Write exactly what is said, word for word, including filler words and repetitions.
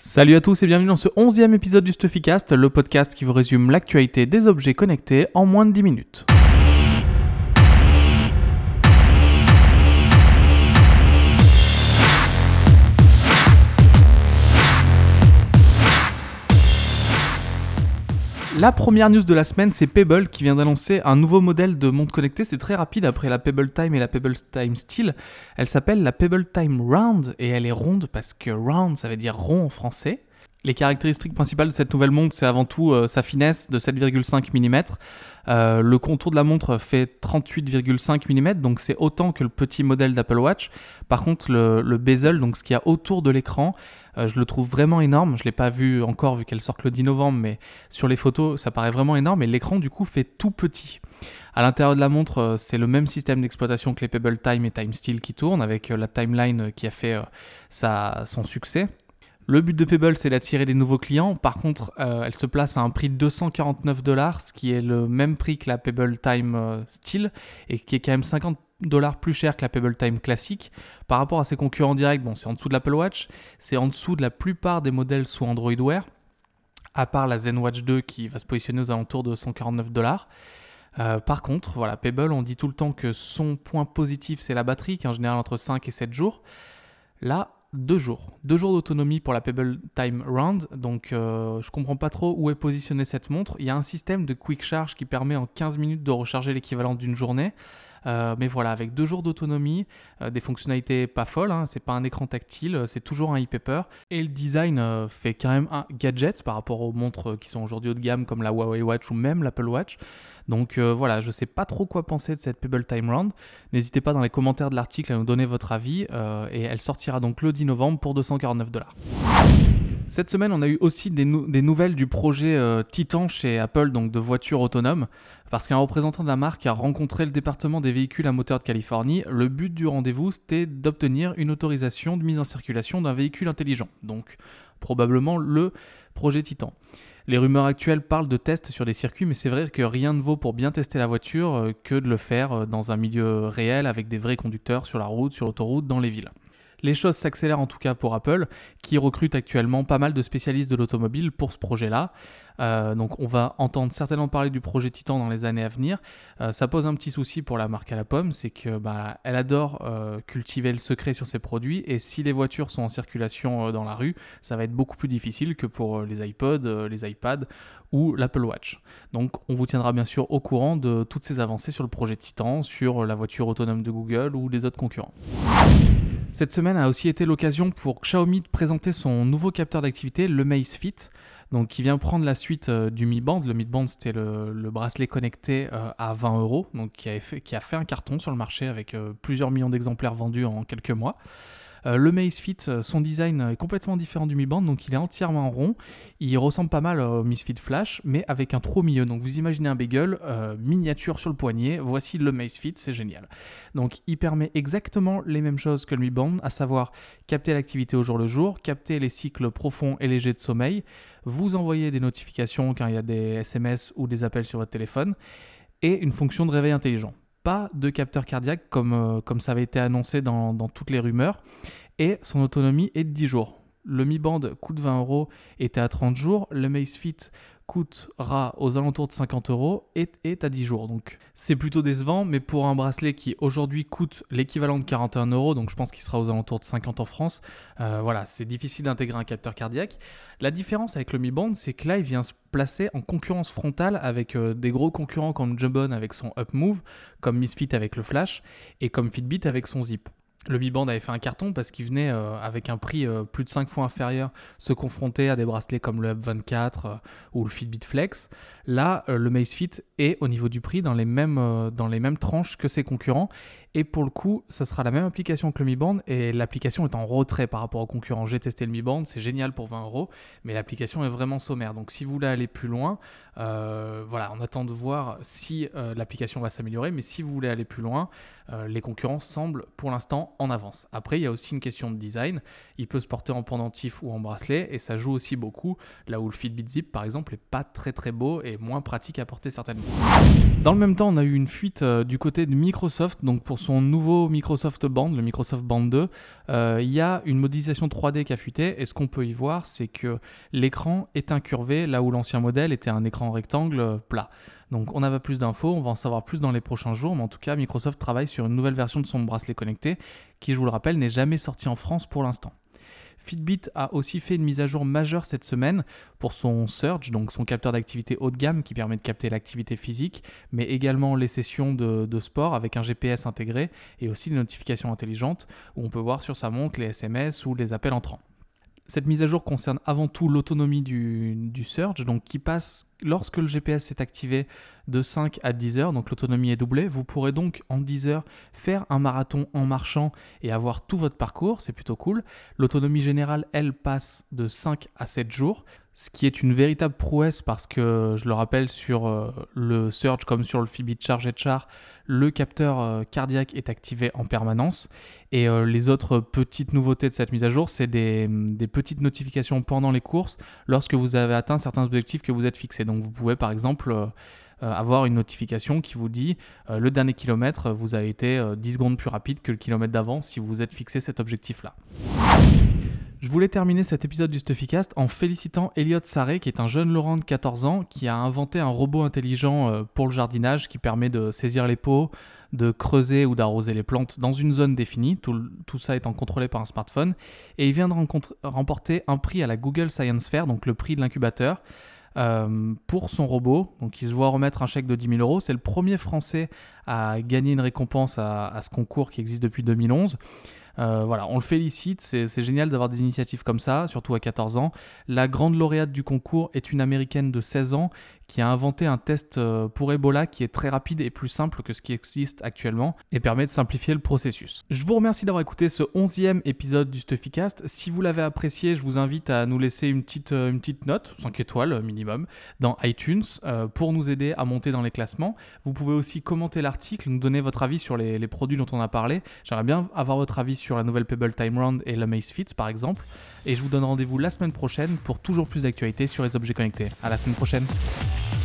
Salut à tous et bienvenue dans ce onzième épisode du Stuffycast, le podcast qui vous résume l'actualité des objets connectés en moins de dix minutes. La première news de la semaine, c'est Pebble qui vient d'annoncer un nouveau modèle de montre connectée. C'est très rapide après la Pebble Time et la Pebble Time Steel. Elle s'appelle la Pebble Time Round et elle est ronde parce que round, ça veut dire rond en français. Les caractéristiques principales de cette nouvelle montre, c'est avant tout euh, sa finesse de sept virgule cinq millimètres. Euh, le contour de la montre fait trente-huit virgule cinq millimètres, donc c'est autant que le petit modèle d'Apple Watch. Par contre, le, le bezel, donc ce qu'il y a autour de l'écran, euh, je le trouve vraiment énorme. Je ne l'ai pas vu encore vu qu'elle sort le dix novembre, mais sur les photos, ça paraît vraiment énorme. Et l'écran, du coup, fait tout petit. À l'intérieur de la montre, euh, c'est le même système d'exploitation que les Pebble Time et Time Steel qui tournent, avec euh, la timeline qui a fait euh, sa, son succès. Le but de Pebble, c'est d'attirer des nouveaux clients. Par contre, euh, elle se place à un prix de deux cent quarante-neuf dollars, ce qui est le même prix que la Pebble Time euh, Steel et qui est quand même cinquante dollars plus cher que la Pebble Time classique. Par rapport à ses concurrents directs, bon, c'est en dessous de l'Apple Watch, c'est en dessous de la plupart des modèles sous Android Wear, à part la ZenWatch deux qui va se positionner aux alentours de cent quarante-neuf dollars. Euh, par contre, voilà, Pebble, on dit tout le temps que son point positif, c'est la batterie, qui est en général entre cinq et sept jours. Là, deux jours. Deux jours d'autonomie pour la Pebble Time Round. Donc, euh, je comprends pas trop où est positionnée cette montre. Il y a un système de quick charge qui permet en quinze minutes de recharger l'équivalent d'une journée. Euh, mais voilà, avec deux jours d'autonomie, euh, des fonctionnalités pas folles, hein, c'est pas un écran tactile, c'est toujours un e-paper. Et le design euh, fait quand même un gadget par rapport aux montres qui sont aujourd'hui haut de gamme comme la Huawei Watch ou même l'Apple Watch. Donc euh, voilà, je sais pas trop quoi penser de cette Pebble Time Round. N'hésitez pas dans les commentaires de l'article à nous donner votre avis. Euh, et elle sortira donc le dix novembre pour deux cent quarante-neuf dollars. Cette semaine, on a eu aussi des, nou- des nouvelles du projet euh, Titan chez Apple, donc de voitures autonomes, parce qu'un représentant de la marque a rencontré le département des véhicules à moteur de Californie. Le but du rendez-vous, c'était d'obtenir une autorisation de mise en circulation d'un véhicule intelligent, donc probablement le projet Titan. Les rumeurs actuelles parlent de tests sur des circuits, mais c'est vrai que rien ne vaut pour bien tester la voiture euh, que de le faire euh, dans un milieu réel avec des vrais conducteurs sur la route, sur l'autoroute, dans les villes. Les choses s'accélèrent en tout cas pour Apple, qui recrute actuellement pas mal de spécialistes de l'automobile pour ce projet-là. Euh, donc on va entendre certainement parler du projet Titan dans les années à venir. Euh, ça pose un petit souci pour la marque à la pomme, c'est que bah, elle adore euh, cultiver le secret sur ses produits, et si les voitures sont en circulation euh, dans la rue, ça va être beaucoup plus difficile que pour euh, les iPods, euh, les iPads ou l'Apple Watch. Donc on vous tiendra bien sûr au courant de toutes ces avancées sur le projet Titan, sur la voiture autonome de Google ou des autres concurrents. Cette semaine a aussi été l'occasion pour Xiaomi de présenter son nouveau capteur d'activité, le Amazfit, donc qui vient prendre la suite euh, du Mi Band. Le Mi Band, c'était le, le bracelet connecté euh, à vingt euros, donc qui a, fait, qui a fait un carton sur le marché avec euh, plusieurs millions d'exemplaires vendus en quelques mois. Euh, le Amazfit, son design est complètement différent du Mi Band, donc il est entièrement rond. Il ressemble pas mal au Misfit Flash, mais avec un trou au milieu. Donc vous imaginez un bagel, euh, miniature sur le poignet, voici le Amazfit, c'est génial. Donc il permet exactement les mêmes choses que le Mi Band, à savoir capter l'activité au jour le jour, capter les cycles profonds et légers de sommeil, vous envoyer des notifications quand il y a des S M S ou des appels sur votre téléphone, et une fonction de réveil intelligent. Pas de capteur cardiaque comme, euh, comme ça avait été annoncé dans, dans toutes les rumeurs, et son autonomie est de dix jours. Le Mi Band coûte vingt euros, était à trente jours, le Amazfit coûtera aux alentours de cinquante euros et est à dix jours. Donc c'est plutôt décevant, mais pour un bracelet qui aujourd'hui coûte l'équivalent de quarante et un euros, donc je pense qu'il sera aux alentours de cinquante en France, euh, voilà, c'est difficile d'intégrer un capteur cardiaque. La différence avec le Mi Band, c'est que là, il vient se placer en concurrence frontale avec euh, des gros concurrents comme Jawbone avec son Up Move, comme Misfit avec le Flash, et comme Fitbit avec son Zip. Le Mi Band avait fait un carton parce qu'il venait euh, avec un prix euh, plus de cinq fois inférieur se confronter à des bracelets comme le Up vingt-quatre euh, ou le Fitbit Flex. Là, euh, le Amazfit est au niveau du prix dans les mêmes, euh, dans les mêmes tranches que ses concurrents. Et pour le coup, ce sera la même application que le Mi Band et l'application est en retrait par rapport aux concurrents. J'ai testé le Mi Band, c'est génial pour vingt euros, mais l'application est vraiment sommaire. Donc si vous voulez aller plus loin, euh, voilà, on attend de voir si euh, l'application va s'améliorer, mais si vous voulez aller plus loin, euh, les concurrents semblent pour l'instant en avance. Après, il y a aussi une question de design. Il peut se porter en pendentif ou en bracelet et ça joue aussi beaucoup, là où le Fitbit Zip par exemple n'est pas très très beau et moins pratique à porter certainement. Dans le même temps, on a eu une fuite euh, du côté de Microsoft, donc pour son nouveau Microsoft Band, le Microsoft Band deux, euh, il y a une modélisation trois D qui a fuité, et ce qu'on peut y voir, c'est que l'écran est incurvé, là où l'ancien modèle était un écran rectangle plat. Donc on n'a pas plus d'infos, on va en savoir plus dans les prochains jours, mais en tout cas, Microsoft travaille sur une nouvelle version de son bracelet connecté, qui, je vous le rappelle, n'est jamais sorti en France pour l'instant. Fitbit a aussi fait une mise à jour majeure cette semaine pour son Surge, donc son capteur d'activité haut de gamme qui permet de capter l'activité physique, mais également les sessions de, de sport avec un G P S intégré et aussi des notifications intelligentes où on peut voir sur sa montre les S M S ou les appels entrants. Cette mise à jour concerne avant tout l'autonomie du, du Surge, donc qui passe lorsque le G P S est activé de cinq à dix heures, donc l'autonomie est doublée. Vous pourrez donc en dix heures faire un marathon en marchant et avoir tout votre parcours, c'est plutôt cool. L'autonomie générale, elle, passe de cinq à sept jours, ce qui est une véritable prouesse parce que, je le rappelle, sur euh, le Surge comme sur le Fitbit Charge et Char, le capteur euh, cardiaque est activé en permanence. Et euh, les autres petites nouveautés de cette mise à jour, c'est des, des petites notifications pendant les courses lorsque vous avez atteint certains objectifs que vous êtes fixés. Donc vous pouvez par exemple euh, avoir une notification qui vous dit euh, le dernier kilomètre, vous avez été euh, dix secondes plus rapide que le kilomètre d'avant si vous vous êtes fixé cet objectif-là. Je voulais terminer cet épisode du Stuffycast en félicitant Elliot Sarré, qui est un jeune Laurent de quatorze ans, qui a inventé un robot intelligent pour le jardinage qui permet de saisir les pots, de creuser ou d'arroser les plantes dans une zone définie, tout, tout ça étant contrôlé par un smartphone. Et il vient de rencontre, remporter un prix à la Google Science Fair, donc le prix de l'incubateur, euh, pour son robot. Donc il se voit remettre un chèque de dix mille euros. C'est le premier Français à gagner une récompense à, à ce concours qui existe depuis deux mille onze. Euh, voilà, on le félicite, c'est, c'est génial d'avoir des initiatives comme ça, surtout à quatorze ans. La grande lauréate du concours est une américaine de seize ans qui a inventé un test pour Ebola qui est très rapide et plus simple que ce qui existe actuellement et permet de simplifier le processus. Je vous remercie d'avoir écouté ce onzième épisode du Stuffycast. Si vous l'avez apprécié, je vous invite à nous laisser une petite, une petite note, cinq étoiles minimum, dans iTunes euh, pour nous aider à monter dans les classements. Vous pouvez aussi commenter l'article, nous donner votre avis sur les, les produits dont on a parlé. J'aimerais bien avoir votre avis sur la nouvelle Pebble Time Round et l'Amazfit par exemple. Et je vous donne rendez-vous la semaine prochaine pour toujours plus d'actualités sur les objets connectés. À la semaine prochaine.